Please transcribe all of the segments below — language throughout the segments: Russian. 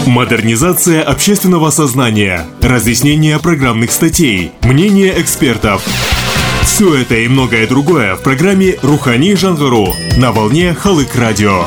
Модернизация общественного сознания, разъяснение программных статей, мнение экспертов. Все это и многое другое в программе «Рухани Жаңғыру» на волне Халык Радио.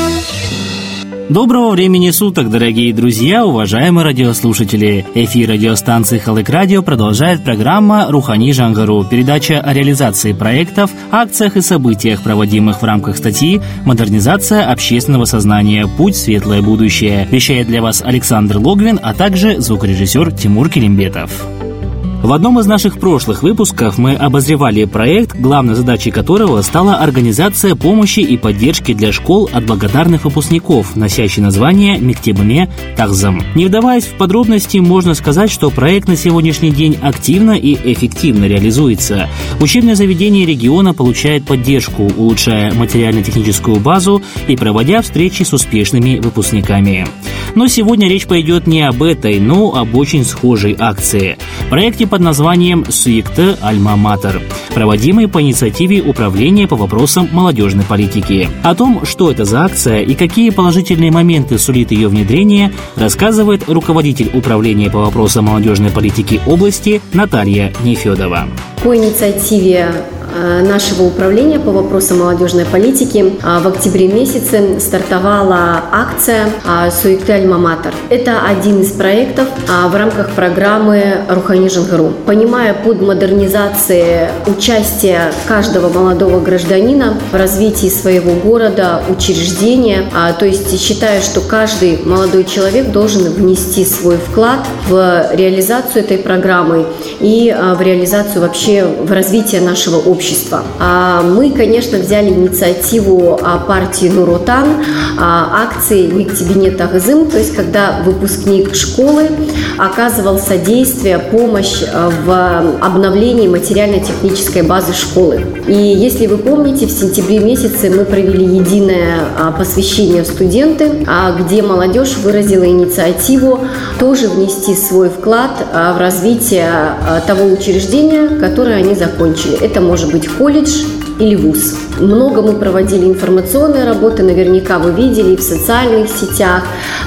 Доброго времени суток, дорогие друзья, уважаемые радиослушатели! Эфир радиостанции Халык Радио продолжает программа «Рухани Жаңғыру», передача о реализации проектов, акциях и событиях, проводимых в рамках статьи «Модернизация общественного сознания. Путь в светлое будущее». Вещает для вас Александр Логвин, а также звукорежиссер Тимур Келимбетов. В одном из наших прошлых выпусков мы обозревали проект, главной задачей которого стала организация помощи и поддержки для школ от благодарных выпускников, носящий название «Мектебиме Тағзым». Не вдаваясь в подробности, можно сказать, что проект на сегодняшний день активно и эффективно реализуется. Учебное заведение региона получает поддержку, улучшая материально-техническую базу и проводя встречи с успешными выпускниками. Но сегодня речь пойдет не об этой, но об очень схожей акции. В проекте под названием «Суйыкты Альма-Матер», проводимый по инициативе Управления по вопросам молодежной политики. О том, что это за акция и какие положительные моменты сулит ее внедрение, рассказывает руководитель Управления по вопросам молодежной политики области Наталья Нефедова. По инициативе нашего управления по вопросам молодежной политики в октябре месяце стартовала акция «Суйыкты Альма-Матер». Это один из проектов в рамках программы «Рухани Жаңғыру». Понимая под модернизацией участие каждого молодого гражданина в развитии своего города, учреждения, то есть считаю, что каждый молодой человек должен внести свой вклад в реализацию этой программы и в реализацию вообще в развитие нашего общества. Мы, конечно, взяли инициативу партии Нур Отан, акции «Мектебиме Тағзым», то есть когда выпускник школы оказывал содействие, помощь в обновлении материально-технической базы школы. И если вы помните, в сентябре месяце мы провели единое посвящение студенты, где молодежь выразила инициативу тоже внести свой вклад в развитие того учреждения, которое они закончили. Это может быть колледж или вуз. Много мы проводили информационной работы, наверняка вы видели и в социальных сетях,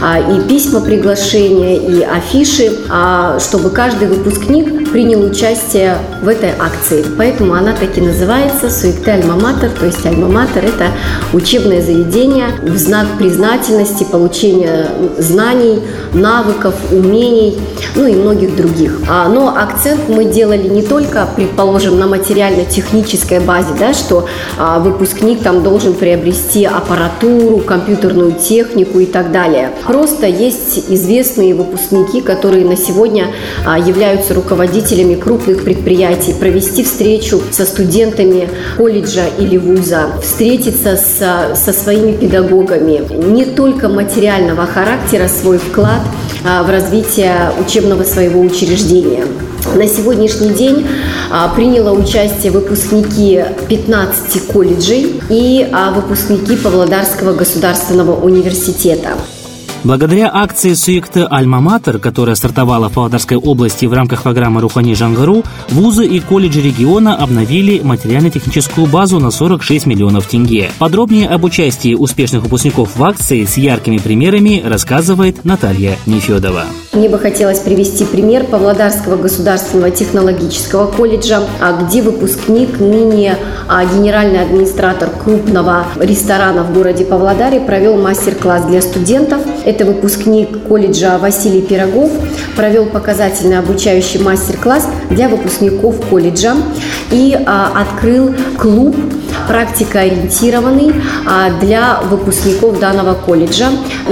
и письма приглашения, и афиши, чтобы каждый выпускник принял участие в этой акции. Поэтому она так и называется «Суйыкты Альма-Матер», то есть Альма-Матер – это учебное заведение в знак признательности, получения знаний, навыков, умений, и многих других. Но акцент мы делали не только, предположим, на материально-технической базе, что выпускник там должен приобрести аппаратуру, компьютерную технику и так далее. Просто есть известные выпускники, которые на сегодня являются руководителями крупных предприятий, провести встречу со студентами колледжа или вуза, встретиться со своими педагогами, не только материального характера свой вклад в развитие учебного своего учреждения. На сегодняшний день приняло участие выпускники 15 колледжей и выпускники Павлодарского государственного университета. Благодаря акции «Суйыкты Альма-Матер», которая стартовала в Павлодарской области в рамках программы «Рухани Жаңғыру», вузы и колледжи региона обновили материально-техническую базу на 46 миллионов тенге. Подробнее об участии успешных выпускников в акции с яркими примерами рассказывает Наталья Нефедова. Мне бы хотелось привести пример Павлодарского государственного технологического колледжа, где выпускник, ныне генеральный администратор крупного ресторана в городе Павлодаре, провел мастер-класс для студентов. Это выпускник колледжа Василий Пирогов, провел показательный обучающий мастер-класс для выпускников колледжа и открыл клуб практикоориентированный для выпускников данного колледжа.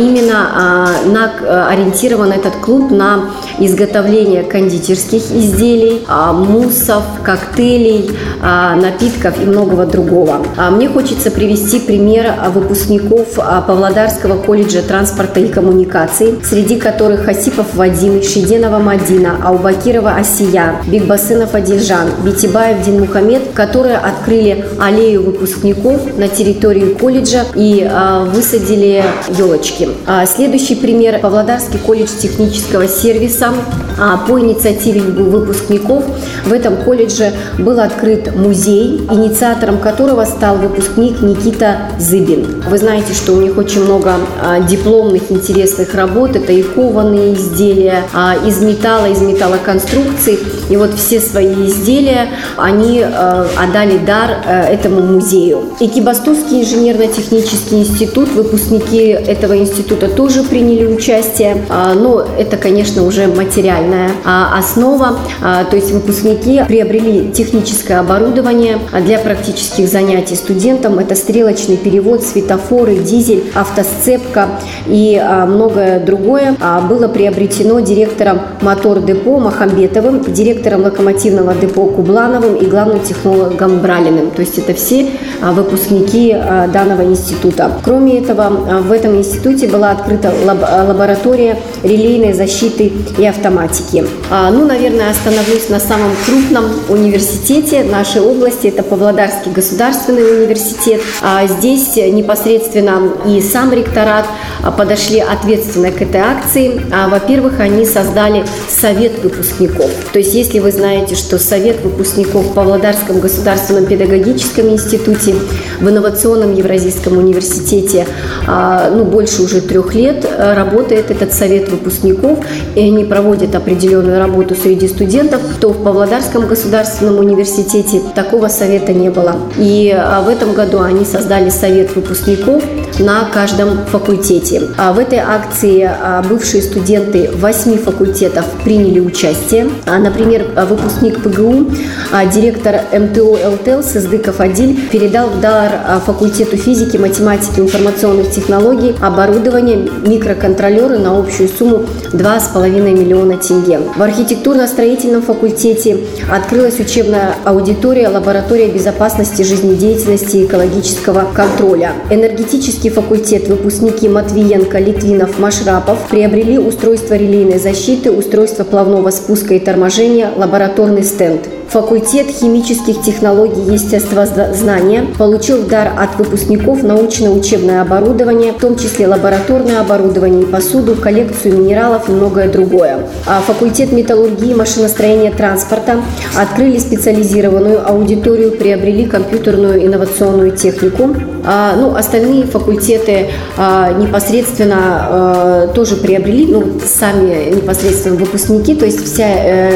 Именно ориентирован этот клуб на изготовление кондитерских изделий, муссов, коктейлей, напитков и многого другого. Мне хочется привести пример выпускников Павлодарского колледжа транспорта и коммуникаций, среди которых Хасипов Вадим, Шиденова Мадина, Аубакирова Асия, Бекбасынов Адильжан, Битибаев Динмухамед, которые открыли аллею выпускников на территории колледжа и высадили елочки. Следующий пример – Павлодарский колледж технического сервиса. По инициативе выпускников в этом колледже был открыт музей, инициатором которого стал выпускник Никита Зыбин. Вы знаете, что у них очень много дипломных интересных работ. Это и кованые изделия из металла, из металлоконструкций. И вот все свои изделия они отдали дар этому музею. Экибастузский инженерно-технический институт, выпускники этого института тоже приняли участие, но это, конечно, уже материальная основа, то есть выпускники приобрели техническое оборудование для практических занятий студентам. Это стрелочный перевод, светофоры, дизель, автосцепка и многое другое было приобретено директором мотор-депо Махамбетовым, директором локомотивного депо Кублановым и главным технологом Бралиным. То есть это все выпускники данного института. Кроме этого, в этом институте была открыта лаборатория релейной защиты и автоматики. Наверное, остановлюсь на самом крупном университете нашей области. Это Павлодарский государственный университет. Здесь непосредственно и сам ректорат подошли ответственно к этой акции. Во-первых, они создали совет выпускников. То есть, если вы знаете, что совет выпускников в Павлодарском государственном педагогическом институте, в инновационном Евразийском университете больше уже 3 лет работает этот совет выпускников, и они проводят определенную работу среди студентов, то в Павлодарском государственном университете такого совета не было. И в этом году они создали совет выпускников на каждом факультете. В этой акции бывшие студенты 8 факультетов приняли участие. Например, выпускник ПГУ, директор МТО ЛТЛ Сыздыков Адиль передал в дар факультету физики, математики, информационных технологий оборудование микроконтроллеры на общую сумму 2,5 миллиона тенге. В архитектурно-строительном факультете открылась учебная аудитория, лаборатория безопасности жизнедеятельности и экологического контроля. Энергетический факультет, выпускники Матвиенко, Литвинов, Машрапов приобрели устройство релейной защиты, устройство плавного спуска и торможения, лабораторный стенд. Факультет химических технологий и естествознания получил в дар от выпускников научно-учебное оборудование, в том числе лабораторное оборудование и посуду, коллекцию минералов и многое другое. Факультет металлургии, машиностроения, транспорта открыли специализированную аудиторию, приобрели компьютерную инновационную технику. Остальные факультеты непосредственно тоже приобрели, сами непосредственно выпускники, то есть вся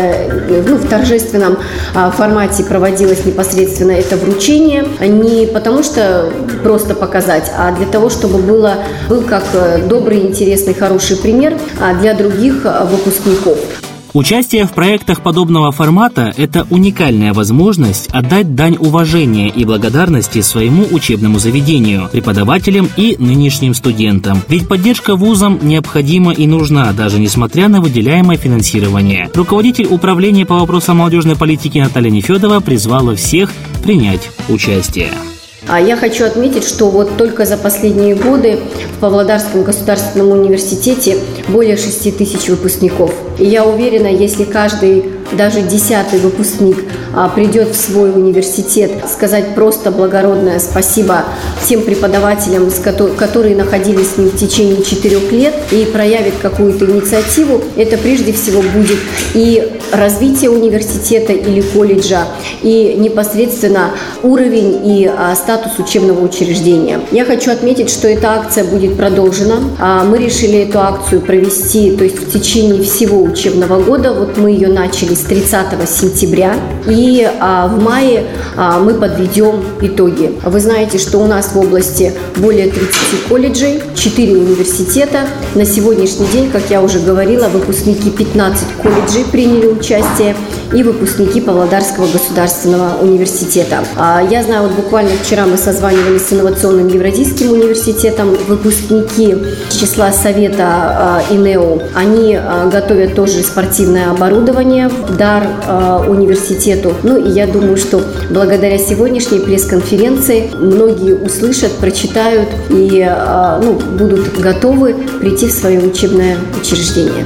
в торжественном формате проводилось непосредственно это вручение, не потому что просто показать, а для того, чтобы был как добрый, интересный, хороший пример для других выпускников. Участие в проектах подобного формата – это уникальная возможность отдать дань уважения и благодарности своему учебному заведению, преподавателям и нынешним студентам. Ведь поддержка вузам необходима и нужна, даже несмотря на выделяемое финансирование. Руководитель управления по вопросам молодежной политики Наталья Нефедова призвала всех принять участие. Я хочу отметить, что вот только за последние годы в Павлодарском государственном университете более 6 тысяч выпускников. И я уверена, если каждый, даже 10-й выпускник придет в свой университет, сказать просто благородное спасибо тем преподавателям, которые находились с ним в течение 4 лет, и проявит какую-то инициативу, это прежде всего будет и развитие университета или колледжа, и непосредственно уровень и статус учебного учреждения. Я хочу отметить, что эта акция будет продолжена. Мы решили эту акцию провести, то есть в течение всего учебного года. Вот мы ее начали с 30 сентября, и в мае мы подведем итоги. Вы знаете, что у нас в области более 30 колледжей, 4 университета. На сегодняшний день, как я уже говорила, выпускники 15 колледжей приняли участие и выпускники Павлодарского государственного университета. Я знаю, вот буквально вчера мы созванивались с инновационным Евразийским университетом. Выпускники из числа совета ИНЕО, они готовят тоже спортивное оборудование в дар университету. И я думаю, что благодаря сегодняшней пресс-конференции многие услышат, прочитают и будут готовы прийти в свое учебное учреждение.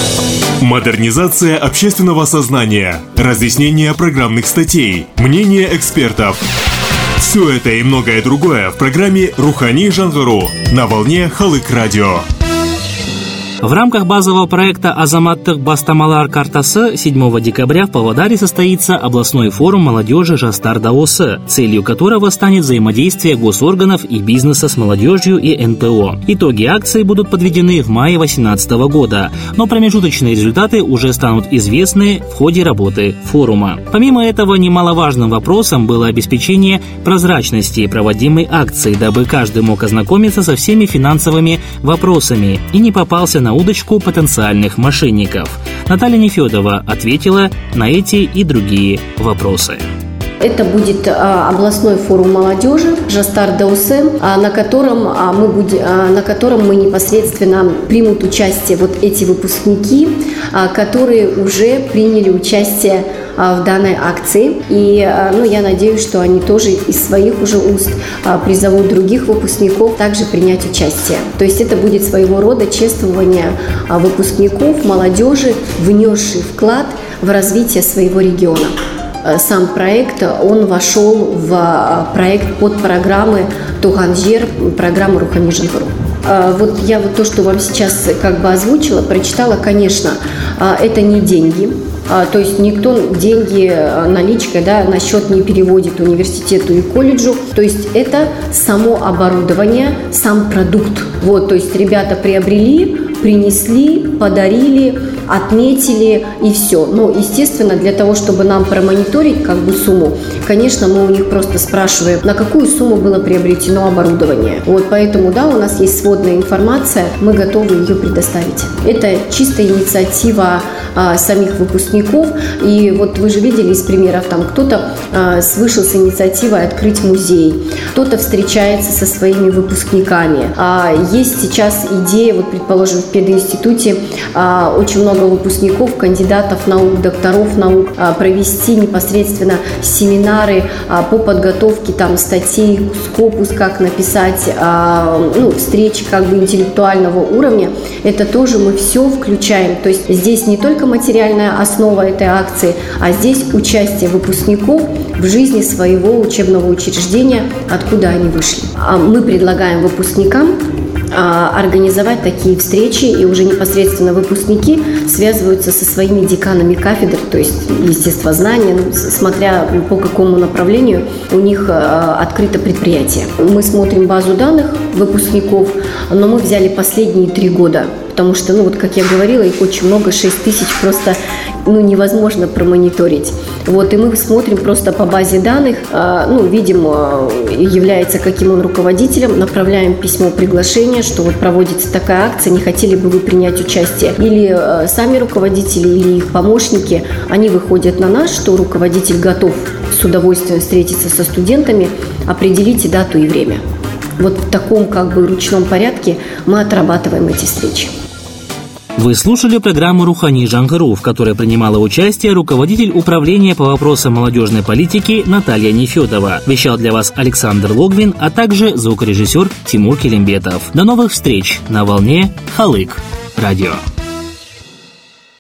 Модернизация общественного сознания, разъяснение программных статей, мнение экспертов. Все это и многое другое в программе «Рухани Жаңғыру» на волне Халық радио. В рамках базового проекта «Азаматтық бастамалар картасы» 7 декабря в Павлодаре состоится областной форум молодежи «Жастар Дауысы», целью которого станет взаимодействие госорганов и бизнеса с молодежью и НПО. Итоги акции будут подведены в мае 2018 года, но промежуточные результаты уже станут известны в ходе работы форума. Помимо этого, немаловажным вопросом было обеспечение прозрачности проводимой акции, дабы каждый мог ознакомиться со всеми финансовыми вопросами и не попался на удочку потенциальных мошенников. Наталья Нефедова ответила на эти и другие вопросы. Это будет областной форум молодежи «Жастар Дауысы», на котором мы непосредственно примут участие вот эти выпускники, которые уже приняли участие в данной акции. И я надеюсь, что они тоже из своих уже уст призовут других выпускников также принять участие. То есть это будет своего рода чествование выпускников, молодежи, внесшей вклад в развитие своего региона. Сам проект, он вошел в проект под программы «Туған жер», программы «Рухани Жаңғыру». Вот я то, что вам сейчас озвучила, прочитала, конечно, это не деньги. То есть никто деньги наличкой на счет не переводит университету и колледжу. То есть это само оборудование, сам продукт. То есть ребята приобрели, принесли, подарили, отметили и все. Но, естественно, для того, чтобы нам промониторить сумму, конечно, мы у них просто спрашиваем, на какую сумму было приобретено оборудование. Поэтому, у нас есть сводная информация, мы готовы ее предоставить. Это чистая инициатива самих выпускников. И вы же видели из примеров, кто-то вышел с инициативой открыть музей, кто-то встречается со своими выпускниками. Есть сейчас идея, предположим, в пединституте очень много выпускников, кандидатов наук, докторов наук, провести непосредственно семинары по подготовке статей, скопус, как написать, встречи интеллектуального уровня. Это тоже мы все включаем. То есть здесь не только материальная основа этой акции, а здесь участие выпускников в жизни своего учебного учреждения, откуда они вышли. Мы предлагаем выпускникам организовать такие встречи, и уже непосредственно выпускники связываются со своими деканами кафедр, то есть естествознания, смотря по какому направлению у них открыто предприятие. Мы смотрим базу данных выпускников, но мы взяли последние 3 года, потому что, как я говорила, их очень много, 6 тысяч просто невозможно промониторить. И мы смотрим просто по базе данных, видим, является каким он руководителем, направляем письмо приглашения, что проводится такая акция, не хотели бы вы принять участие. Или сами руководители, или их помощники, они выходят на нас, что руководитель готов с удовольствием встретиться со студентами, определите дату и время. В таком ручном порядке мы отрабатываем эти встречи. Вы слушали программу «Рухани Жаңғыру», в которой принимала участие руководитель управления по вопросам молодежной политики Наталья Нефедова. Вещал для вас Александр Логвин, а также звукорежиссер Тимур Келимбетов. До новых встреч на волне Халық радио.